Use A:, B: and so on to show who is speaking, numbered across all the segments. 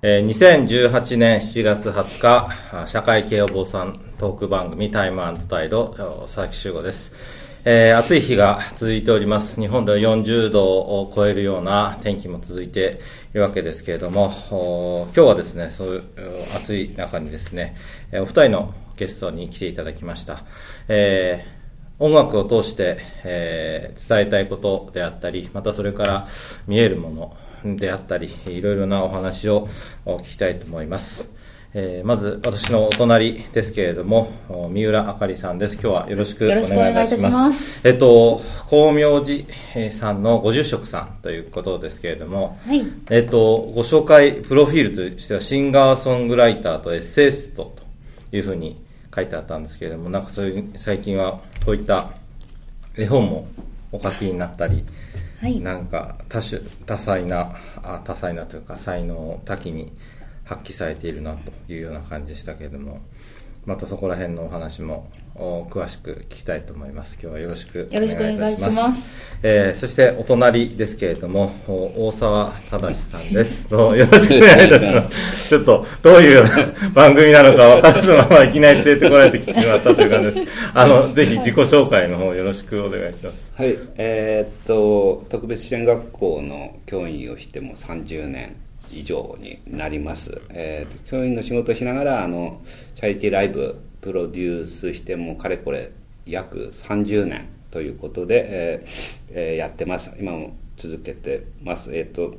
A: 2018年7月20日、社会系お坊さんトーク番組タイム&タイド、佐々木修吾です。暑い日が続いております。日本では40度を超えるような天気も続いているわけですけれども、今日はですね、そういう暑い中にですね、お二人のゲストに来ていただきました。音楽を通して、伝えたいことであったり、またそれから見えるものであったり、いろいろなお話を聞きたいと思います。まず私のお隣ですけれども、三浦あかりさんです。今日はよろしくお願いいたします。光明寺さんのご住職さんということですけれども、
B: はい、
A: ご紹介プロフィールとしてはシンガーソングライターとエッセイストというふうに書いてあったんですけれども、なんかそういう最近はこういった絵本もお書きになったり、
B: はい、
A: なんか多彩なというか才能を多岐に発揮されているなというような感じでしたけれども、またそこら辺のお話も詳しく聞きたいと思います。今日はよろしくお願いいたします。そしてお隣ですけれども、大沢忠さんです。よろしくお願いいたします。ちょっとどういう番組なのか分からずままいきなり連れてこられてきてしまったという感じです。ぜひ自己紹介の方よろしくお願いします。
C: はい、特別支援学校の教員をしても30年以上になります。教員の仕事をしながらチャリティーライブプロデュースしてもかれこれ約30年ということで、やってます。今も続けてます。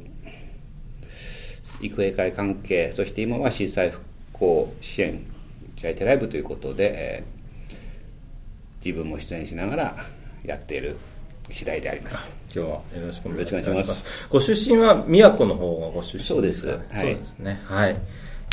C: 育英会関係、そして今は震災復興支援チャリティーライブということで、自分も出演しながらやっている次第であります。
A: 今日はよろしくお願いします。
C: ご
A: 出身は宮古の方がご出身ですか？
C: そうです。
A: はい、そうですね。はい。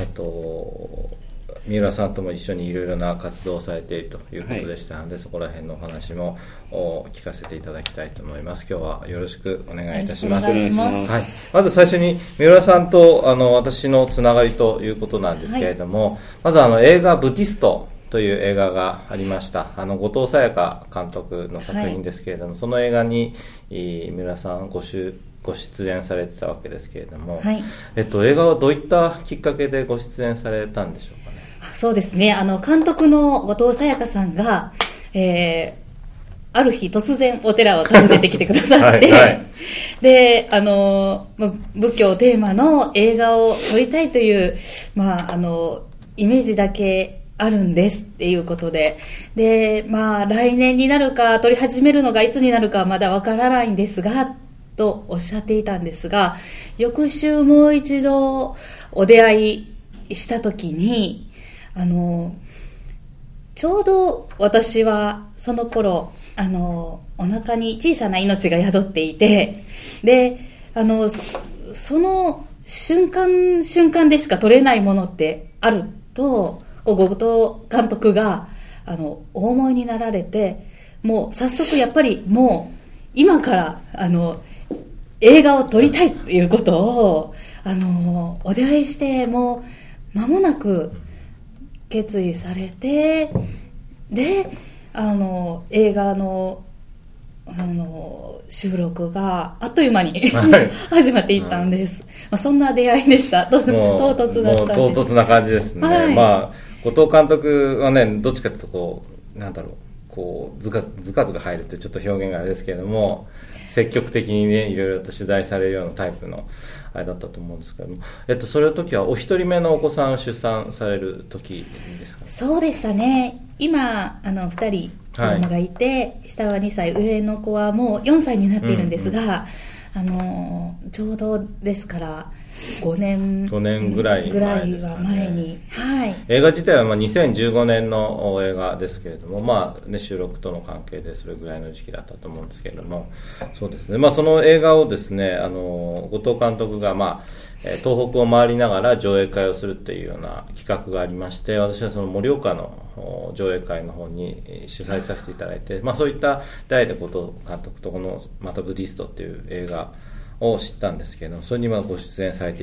A: 三浦さんとも一緒にいろいろな活動をされているということでしたので、はい、そこら辺のお話も聞かせていただきたいと思います。今日はよろしくお願いいたします。
B: よろしくお願いします。
A: はい。まず最初に三浦さんと私のつながりということなんですけれども、はい、まず映画ブティストという映画がありました。後藤沙耶香監督の作品ですけれども、はい、その映画に三浦さんご出演されてたわけですけれども、はい、映画はどういったきっかけでご出演されたんでしょうかね。
B: そうですね、監督の後藤沙耶香さんが、ある日突然お寺を訪ねてきてくださってはい、はい、で仏教テーマの映画を撮りたいという、イメージだけあるんですっていうことで、来年になるか撮り始めるのがいつになるかはまだわからないんですがとおっしゃっていたんですが、翌週もう一度お出会いした時にちょうど私はその頃お腹に小さな命が宿っていて、でその瞬間でしか撮れないものってあると後藤監督がお思いになられて、もう早速やっぱりもう今から映画を撮りたいということをお出会いしてもう間もなく決意されて、で映画の収録があっという間に、はい、始まっていったんです、そんな出会いでした。唐突だったんです。
A: もう唐突な感じですね、はい、後藤監督はね、どっちかというとズカズカ入るってちょっと表現があれですけれども、積極的にねいろいろと取材されるようなタイプのあれだったと思うんですけども、それの時はお一人目のお子さんを出産される時ですかね。
B: そうでしたね。今2人子供がいて、はい、下は2歳、上の子はもう4歳になっているんですが、ちょうどですから5年ぐらいは前に、はい、
A: 映画自体は2015年の映画ですけれども、収録との関係でそれぐらいの時期だったと思うんですけれども、そうですね、その映画をですね、後藤監督が東北を回りながら上映会をするっていうような企画がありまして、私はその盛岡の上映会の方に主催させていただいて、そういった出会いで後藤監督とまたブディストっていう映画を知ったんですけど、それにご出演されていたと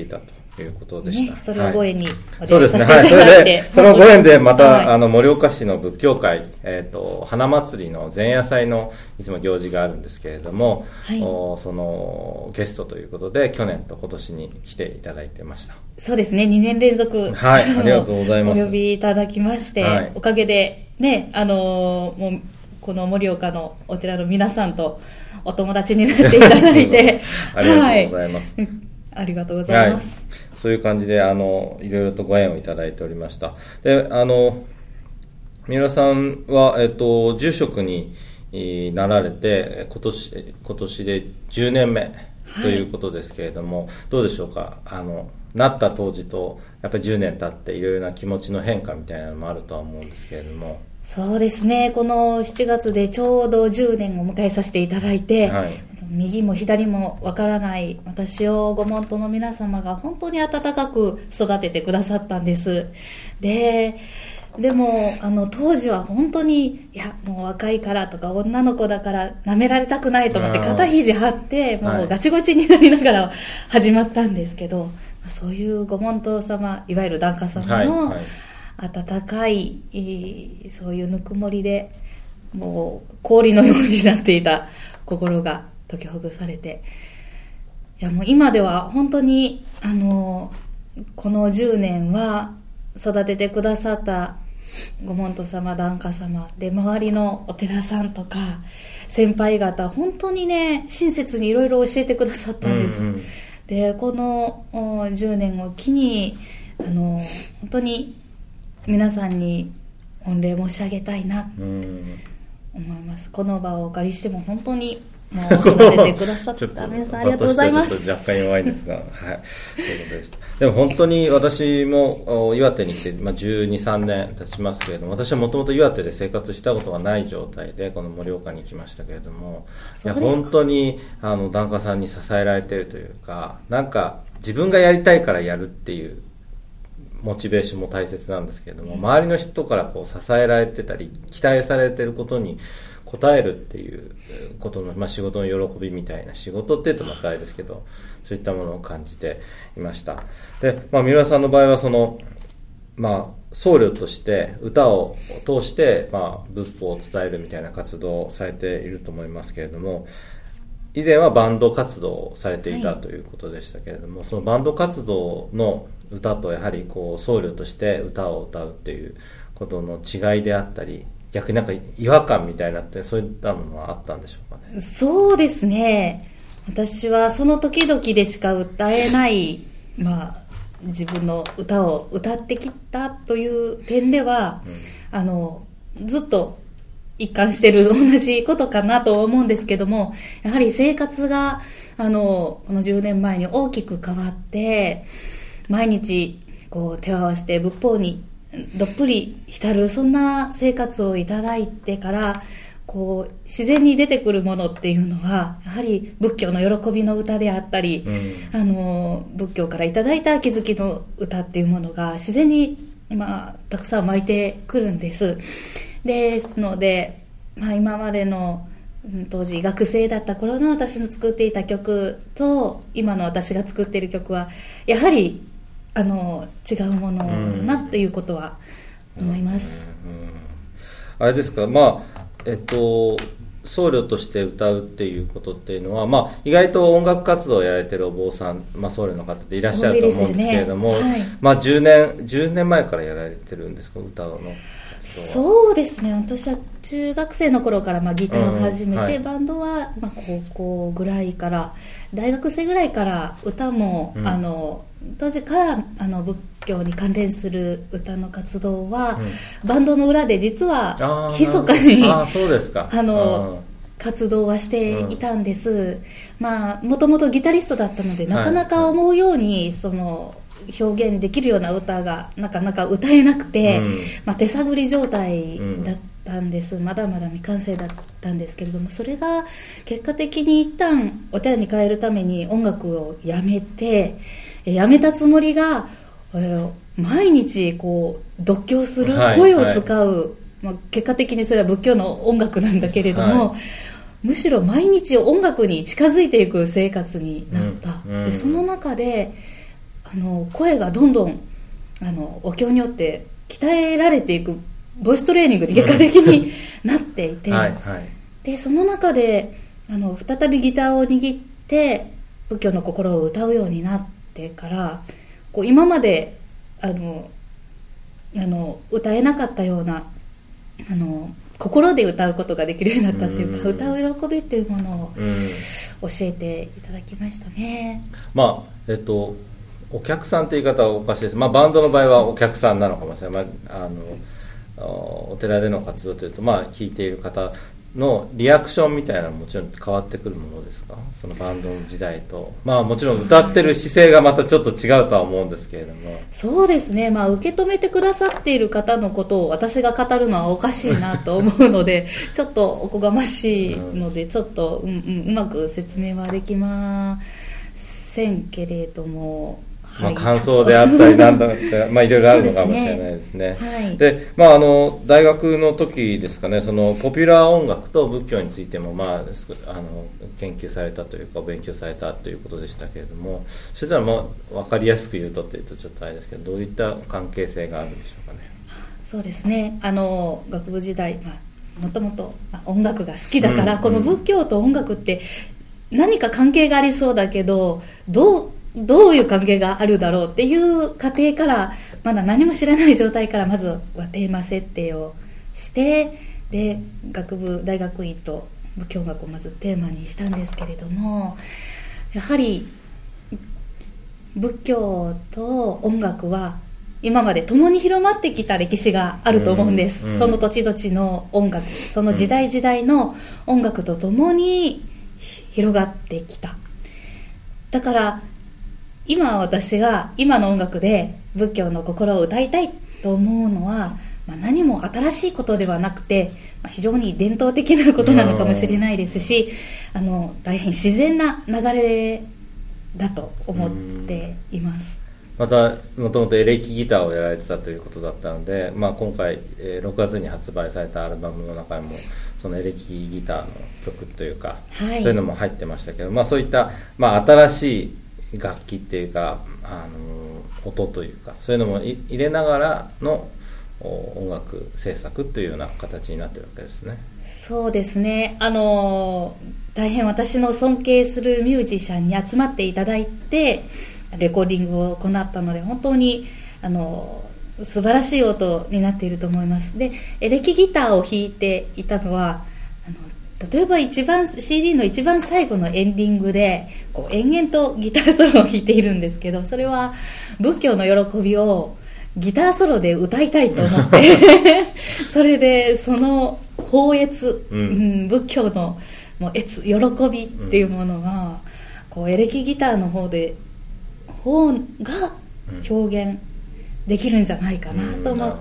A: いうことでした。
B: ね、それをご縁にお
A: そうですね。
B: 出会いさせて
A: はい。そ
B: いただいて、
A: れで、そのご縁でまた、
B: はい、
A: 盛岡市の仏教会、花祭りの前夜祭のいつも行事があるんですけれども、はい、そのゲストということで、去年と今年に来ていただいてました。
B: そうですね、2年連続、
A: はい、ありがとうございます。
B: お呼びいただきまして、はい、おかげで、ね、もう、この盛岡のお寺の皆さんとお友達になっていただいて、
A: ありがとうございます。
B: はい、ありがとうございます。
A: はい、そういう感じで、いろいろとご縁をいただいておりました。で、三浦さんは、住職になられて、今年で10年目ということですけれども、はい、どうでしょうか。なった当時と、やっぱり10年経っていろいろな気持ちの変化みたいなのもあるとは思うんですけれども。
B: そうですね、この7月でちょうど10年を迎えさせていただいて、はい、右も左もわからない私をご門徒の皆様が本当に温かく育ててくださったんです。でも当時は本当に、いやもう若いからとか女の子だから舐められたくないと思って肩肘張ってもうガチゴチになりながら始まったんですけど、はい、そういうご門徒様、いわゆる檀家様の、はいはい、温かいそういうぬくもりでもう氷のようになっていた心が解きほぐされて、いやもう今では本当にこの10年は育ててくださったご門徒様、檀家様で、周りのお寺さんとか先輩方本当にね親切にいろいろ教えてくださったんです、うんうん、でこの10年を機に本当に皆さんに御礼申し上げたいなと思います。この場をお借りしても本当にもう育ててくださった皆さんありがとうございます。
A: ちょっと若干弱いですが、はい、ということです。でも本当に私も岩手に来て、12、3年経ちますけれども、私はもともと岩手で生活したことがない状態でこの盛岡に来ましたけれども、いや本当に檀家さんに支えられているというか、なんか自分がやりたいからやるっていうモチベーションも大切なんですけれども、周りの人からこう支えられてたり期待されていることに応えるっていうことの、仕事の喜びみたいな、仕事って言うとまたあれですけど、そういったものを感じていました。で、三浦さんの場合はその、僧侶として歌を通して、仏法を伝えるみたいな活動をされていると思いますけれども、以前はバンド活動をされていたということでしたけれども、そのバンド活動の歌とやはりこう僧侶として歌を歌うっていうことの違いであったり、逆になんか違和感みたいなってそういったものはあったんでしょうかね。
B: そうですね、私はその時々でしか歌えない、自分の歌を歌ってきたという点では、ずっと一貫してる同じことかなと思うんですけども、やはり生活がこの10年前に大きく変わって、毎日こう手を合わせて仏法にどっぷり浸る、そんな生活をいただいてから、こう自然に出てくるものっていうのはやはり仏教の喜びの歌であったり、仏教からいただいた気づきの歌っていうものが自然に、たくさん湧いてくるんです。ですので、今までの当時学生だった頃の私の作っていた曲と今の私が作っている曲はやはり違うものだなということは思います。
A: あれですか、僧侶として歌うっていうことっていうのは、意外と音楽活動をやられてるお坊さん、僧侶の方っていらっしゃると思うんですけれども、10年前からやられてるんですか、歌の。
B: そうですね、私は中学生の頃からギターを始めて、バンドは高校ぐらいから、大学生ぐらいから歌も、当時から仏教に関連する歌の活動は、バンドの裏で実は密かに活動はしていたんです。もともとギタリストだったので、なかなか思うように表現できるような歌がなかなか歌えなくて、手探り状態だったんです。まだまだ未完成だったんですけれども、それが結果的に一旦お寺に帰るために音楽をやめたつもりが、毎日こう読経する、声を使う、結果的にそれは仏教の音楽なんだけれども、むしろ毎日音楽に近づいていく生活になった。でその中で声がどんどんお経によって鍛えられていくボイストレーニングで結果的になっていて
A: はい、
B: でその中で再びギターを握って仏教の心を歌うようになってからこう今まで歌えなかったような心で歌うことができるようになったっていうか、歌う喜びっていうものを教えていただきましたね。
A: まあお客さんって言い方はおかしいです。まあバンドの場合はお客さんなのかもしれない。お寺での活動というと、まあ聴いている方のリアクションみたいなのももちろん変わってくるものですか？そのバンドの時代と、まあもちろん歌ってる姿勢がまたちょっと違うとは思うんですけれども。
B: そうですね、まあ受け止めてくださっている方のことを私が語るのはおかしいなと思うのでちょっとおこがましいので、ちょっとうまく説明はできませんけれども、
A: まあ、感想であったりなんだってまあいろいろあるのかもしれないですね。で、まあ大学の時ですかね、そのポピュラー音楽と仏教についてもまあ研究されたというか勉強されたということでしたけれども、そしたらもう分かりやすく言うとっていうとちょっとあれですけど、どういった関係性があるんでしょうかね。
B: そうですね、学部時代、もともと音楽が好きだから、この仏教と音楽って何か関係がありそうだけどどういう関係があるだろうっていう過程から、まだ何も知らない状態からまずはテーマ設定をして、で大学院と仏教学をまずテーマにしたんですけれども、やはり仏教と音楽は今まで共に広まってきた歴史があると思うんです、その土地土地の音楽、その時代時代の音楽と共に広がってきた。だから今私が今の音楽で仏教の心を歌いたいと思うのは、何も新しいことではなくて、非常に伝統的なことなのかもしれないですし、大変自然な流れだと思っています。
A: またもともとエレキギターをやられてたということだったので、今回6月に発売されたアルバムの中にもそのエレキギターの曲というか、そういうのも入ってましたけど、そういった、新しい楽器っていうか音というか、そういうのも入れながらの音楽制作というような形になっているわけですね。
B: そうですね、大変私の尊敬するミュージシャンに集まっていただいてレコーディングを行ったので、本当に素晴らしい音になっていると思います。でエレキギターを弾いていたのは例えばCD の一番最後のエンディングで延々とギターソロを弾いているんですけど、それは仏教の喜びをギターソロで歌いたいと思ってそれでその放越、仏教の喜びっていうものがエレキギターの方が表現できるんじゃないかなと思って、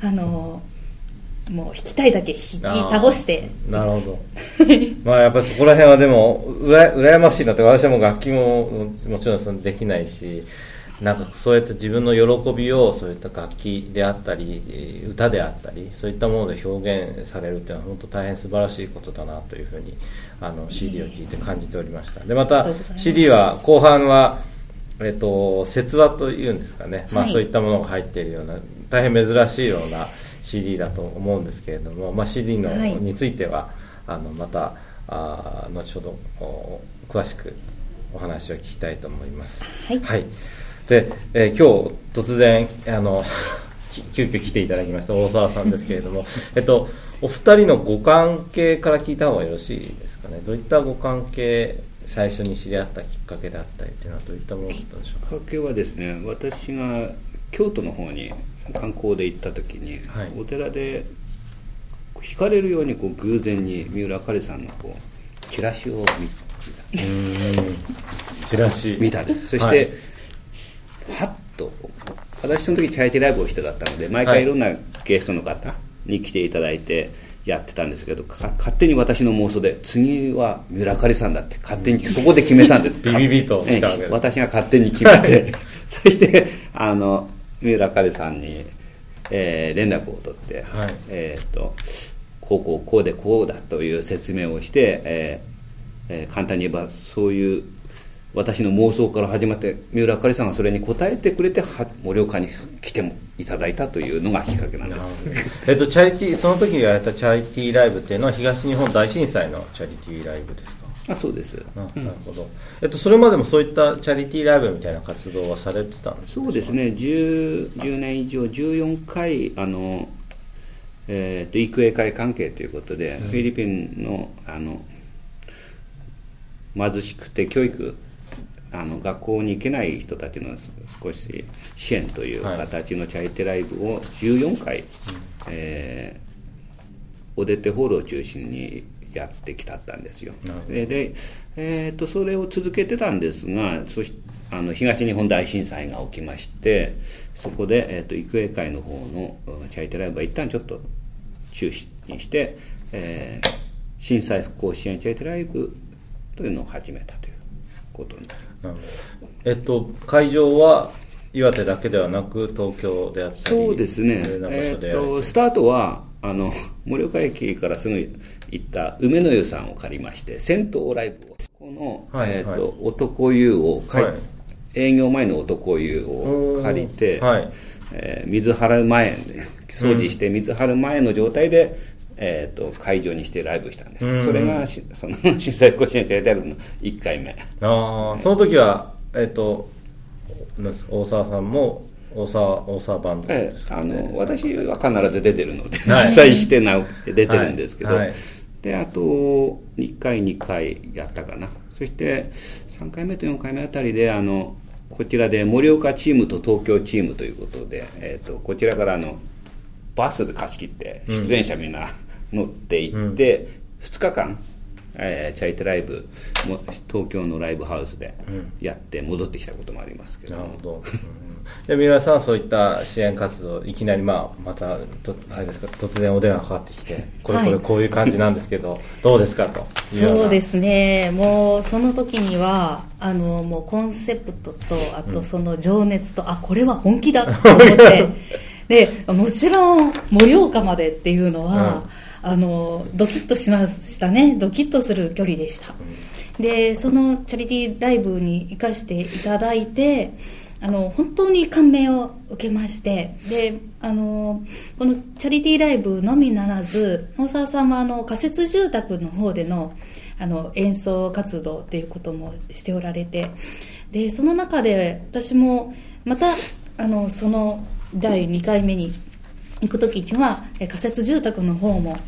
B: もう弾きたいだけ弾き倒して
A: なるほどやっぱりそこら辺はでも羨ましいなって。私はもう楽器ももちろんできないし、そうやって自分の喜びをそういった楽器であったり歌であったりそういったもので表現されるっていうのは本当大変素晴らしいことだなというふうにCD を聴いて感じておりました。でまた CD は後半は説話というんですかね、そういったものが入っているような大変珍しいようなCD だと思うんですけれども、CD についてはまた後ほど詳しくお話を聞きたいと思います。で、今日突然急遽来ていただきました大沢さんですけれどもお二人のご関係から聞いた方がよろしいですかね。どういったご関係、最初に知り合ったきっかけであったりっていうのはどういったものだったんでしょうか。
C: きっかけはですね、私が京都の方に観光で行った時に、お寺で惹かれるように偶然に三浦あかりさんのチラシを見たんです。そして、はっと私その時チャリティーライブをしてだったので毎回いろんなゲストの方に来ていただいてやってたんですけど、勝手に私の妄想で次は三浦あかりさんだって勝手にそこで決めたんです
A: ビビビと来たわけです。
C: 私が勝手に決めてそして三浦あかりさんに、連絡を取って、こうでこうだという説明をして、簡単に言えばそういう私の妄想から始まって三浦あかりさんがそれに応えてくれて盛岡に来ていただいたというのがきっかけなんです。
A: チャリティー、その時がやったチャリティーライブっていうのは東日本大震災のチャリティーライブですか？
C: そうです。
A: なるほど。それまでもそういったチャリティーライブみたいな活動はされてたんですか？
C: そうですね、10年以上14回育英会関係ということで、フィリピンの貧しくて教育学校に行けない人たちの少し支援という形のチャリティーライブを14回、オデテホールを中心にやってきたんですよ。で、それを続けてたんですが、東日本大震災が起きまして、そこで、育英会の方のチャリティーライブは一旦ちょっと中止にして、震災復興支援チャリティーライブというのを始めたということになります。
A: 会場は岩手だけではなく東京であったり、
C: そうですね、スタートは盛岡駅からすぐ行った梅の湯さんを借りまして、銭湯ライブをこの、男湯を営業前の男湯を借りて、水張る前掃除して水張る前の状態で、会場にしてライブしたんです。それがその震災復興支援チャリティーライブの1回目。
A: その時は大沢さんも大沢バンドですかね。
C: 私は必ず出てるので、主催して出てるんですけど、であと2回やったかな。そして3回目と4回目あたりでこちらで盛岡チームと東京チームということで、こちらからバスで貸し切って出演者みんな乗って行って、2日間、チャリティーライブも東京のライブハウスでやって戻ってきたこともありますけど。
A: なるほど。で三浦さんはそういった支援活動、いきなりまたあれですか、突然お電話かかってきて、こういう感じなんですけど、どうですかと。
B: そうですね、もうその時にはもうコンセプトと、あとその情熱と、これは本気だと思ってでもちろん盛岡までっていうのは、ドキッとしましたね。ドキッとする距離でした。でそのチャリティーライブに行かせていただいて、本当に感銘を受けまして、でこのチャリティーライブのみならず、大沢さんは仮設住宅の方での演奏活動ということもしておられて、でその中で私もまたその第2回目に行くときには仮設住宅の方も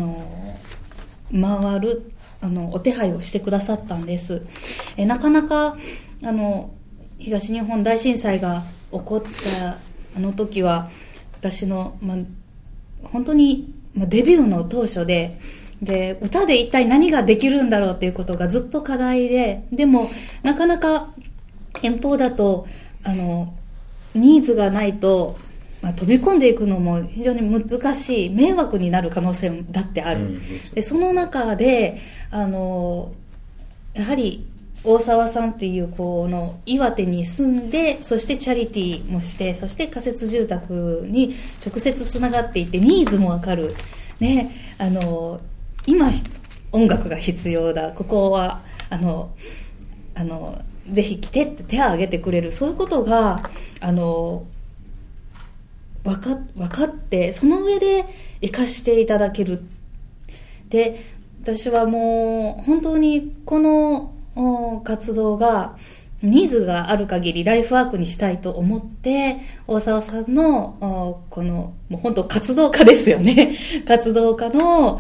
B: 回るお手配をしてくださったんです。なかなか東日本大震災が起こった時は私の、本当にデビューの当初で歌で一体何ができるんだろうということがずっと課題でもなかなか遠方だとニーズがないと、飛び込んでいくのも非常に難しい、迷惑になる可能性だってある。でその中でやはり大沢さんというこの岩手に住んで、そしてチャリティーもして、そして仮設住宅に直接つながっていて、ニーズもわかる、ね、今音楽が必要だ、ここはぜひ来てって手を挙げてくれる、そういうことが分かって、その上で生かしていただける。で私はもう本当にこの活動がニーズがある限りライフワークにしたいと思って、大沢さんのこのもう本当活動家ですよね活動家の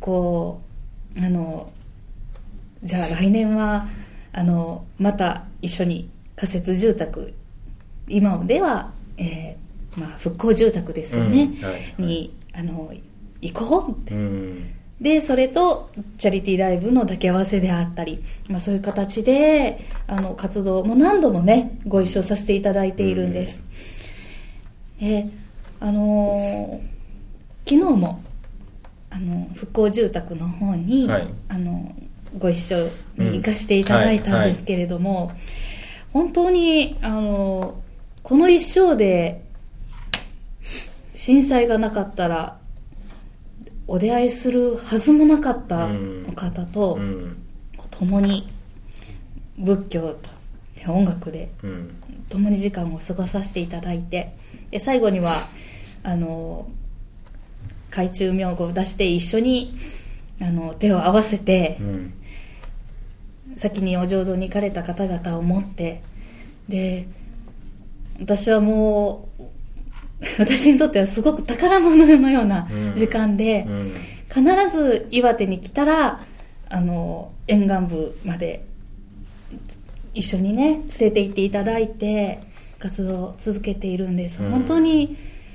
B: じゃあ来年はまた一緒に仮設住宅、今では、復興住宅ですよね、に行こうって、でそれとチャリティーライブの抱き合わせであったり、そういう形で活動も何度もねご一緒させていただいているんです。で昨日も復興住宅の方に、ご一緒に行かせていただいたんですけれども、本当にこの一生で震災がなかったらお出会いするはずもなかったお方と共に仏教とで音楽で共に時間を過ごさせていただいて、で最後には懐中名簿を出して一緒に手を合わせて、先にお浄土に行かれた方々を持って、で私はもう私にとってはすごく宝物のような時間で、必ず岩手に来たら沿岸部まで一緒にね連れて行っていただいて活動を続けているんです。本当に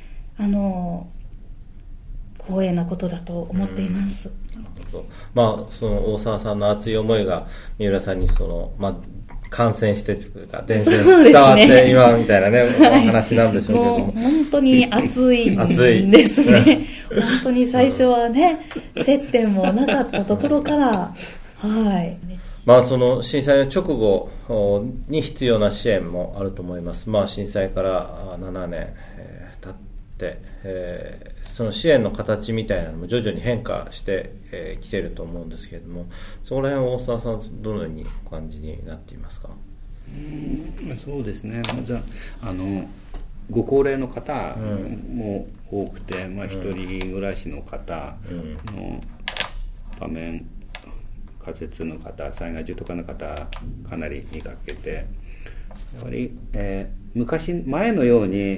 B: 光栄なことだと思っています。
A: まあ、その大沢さんの熱い思いが三浦さんに感染してというか伝染伝わって今みたいなね、お話なんでしょうけども、
B: もう本当に熱いんですね本当に最初はね接点もなかったところから
A: まあ、その震災の直後に必要な支援もあると思います。まあ、震災から7年経って、その支援の形みたいなのも徐々に変化してきていると思うんですけれども、そこら辺は大沢さんどのようにお感じになっていますか？
C: そうですね、まずご高齢の方も多くて、一人暮らしの方の場面、仮設の方、災害時とかの方かなり見かけて、やっぱり、前のように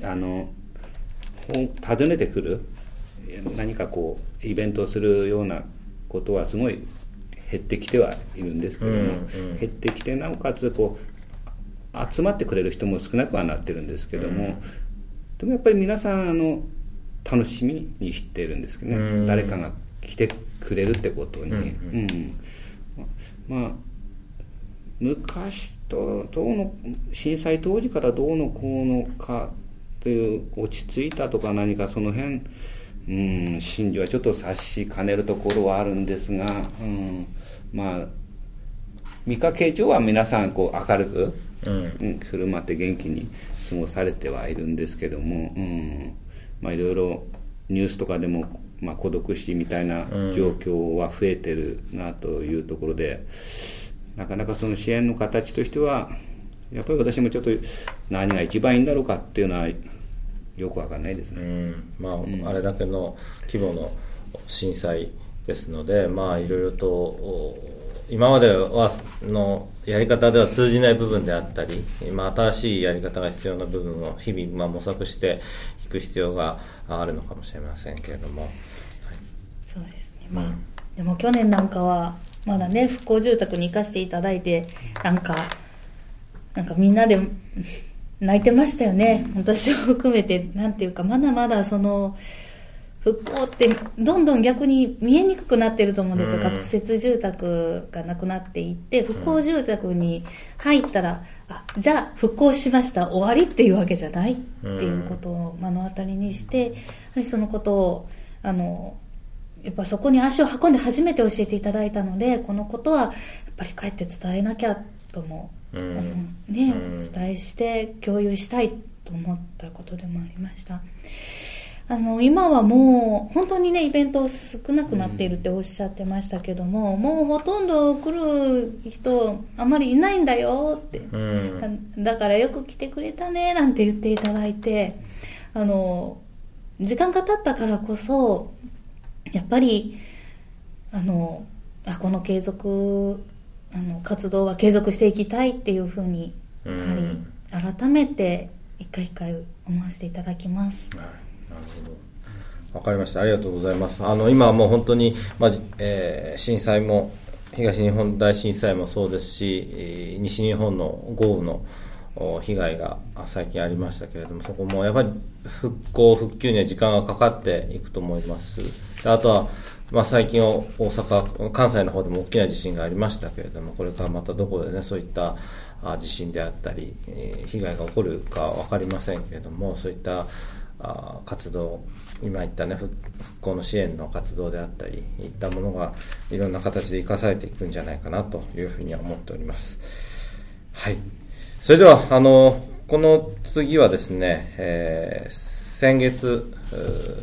C: 訪ねてくる何かこうイベントをするようなことはすごい減ってきてはいるんですけども、減ってきてなおかつこう集まってくれる人も少なくはなってるんですけども、でもやっぱり皆さん楽しみにしているんですけどね、誰かが来てくれるってことに、まあ昔とどうの震災当時からどうのこうのかという落ち着いたとか何かその辺真珠はちょっと察しかねるところはあるんですが、まあ見かけ上は皆さんこう明るく、振る舞って元気に過ごされてはいるんですけども、まあいろいろニュースとかでも、孤独死みたいな状況は増えてるなというところで、なかなかその支援の形としてはやっぱり私もちょっと何が一番いいんだろうかっていうのはよくわかんないですね。
A: あれだけの規模の震災ですので、いろいろと今までのやり方では通じない部分であったり、新しいやり方が必要な部分を日々模索していく必要があるのかもしれませんけれども、
B: そうですね。でも去年なんかはまだね復興住宅に行かせていただいてなんかみんなで泣いてましたよね。私を含めてなんていうかまだまだその復興ってどんどん逆に見えにくくなってると思うんですよ。仮設住宅がなくなっていって復興住宅に入ったらじゃあ復興しました終わりっていうわけじゃないっていうことを目の当たりにして、やはりそのことをやっぱそこに足を運んで初めて教えていただいたので、このことはやっぱり帰って伝えなきゃとも、伝えして共有したいと思ったことでもありました。今はもう本当にねイベント少なくなっているっておっしゃってましたけども、もうほとんど来る人あまりいないんだよって、だからよく来てくれたねなんて言っていただいて、時間が経ったからこそやっぱりこの継続活動は継続していきたいっていうふうにやはり改めて一回一回思わせていただきます。
A: なるほど、わかりました。ありがとうございます。今はもう本当に、震災も東日本大震災もそうですし、西日本の豪雨の被害が最近ありましたけれども、そこもやっぱり復興復旧には時間がかかっていくと思います。あとは、最近大阪関西の方でも大きな地震がありましたけれども、これからまたどこでねそういった地震であったり被害が起こるかは分かりませんけれども、そういった活動、今言ったね復興の支援の活動であったりいったものがいろんな形で生かされていくんじゃないかなというふうには思っております。はい、それではこの次はですね、先月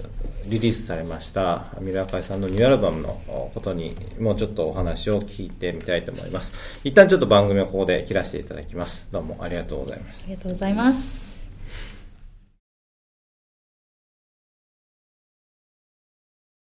A: リリースされました三浦海さんのニューアルバムのことにもうちょっとお話を聞いてみたいと思います。一旦ちょっと番組をここで切らせていただきます。どうもありがとうございました。
B: ありがとうございます。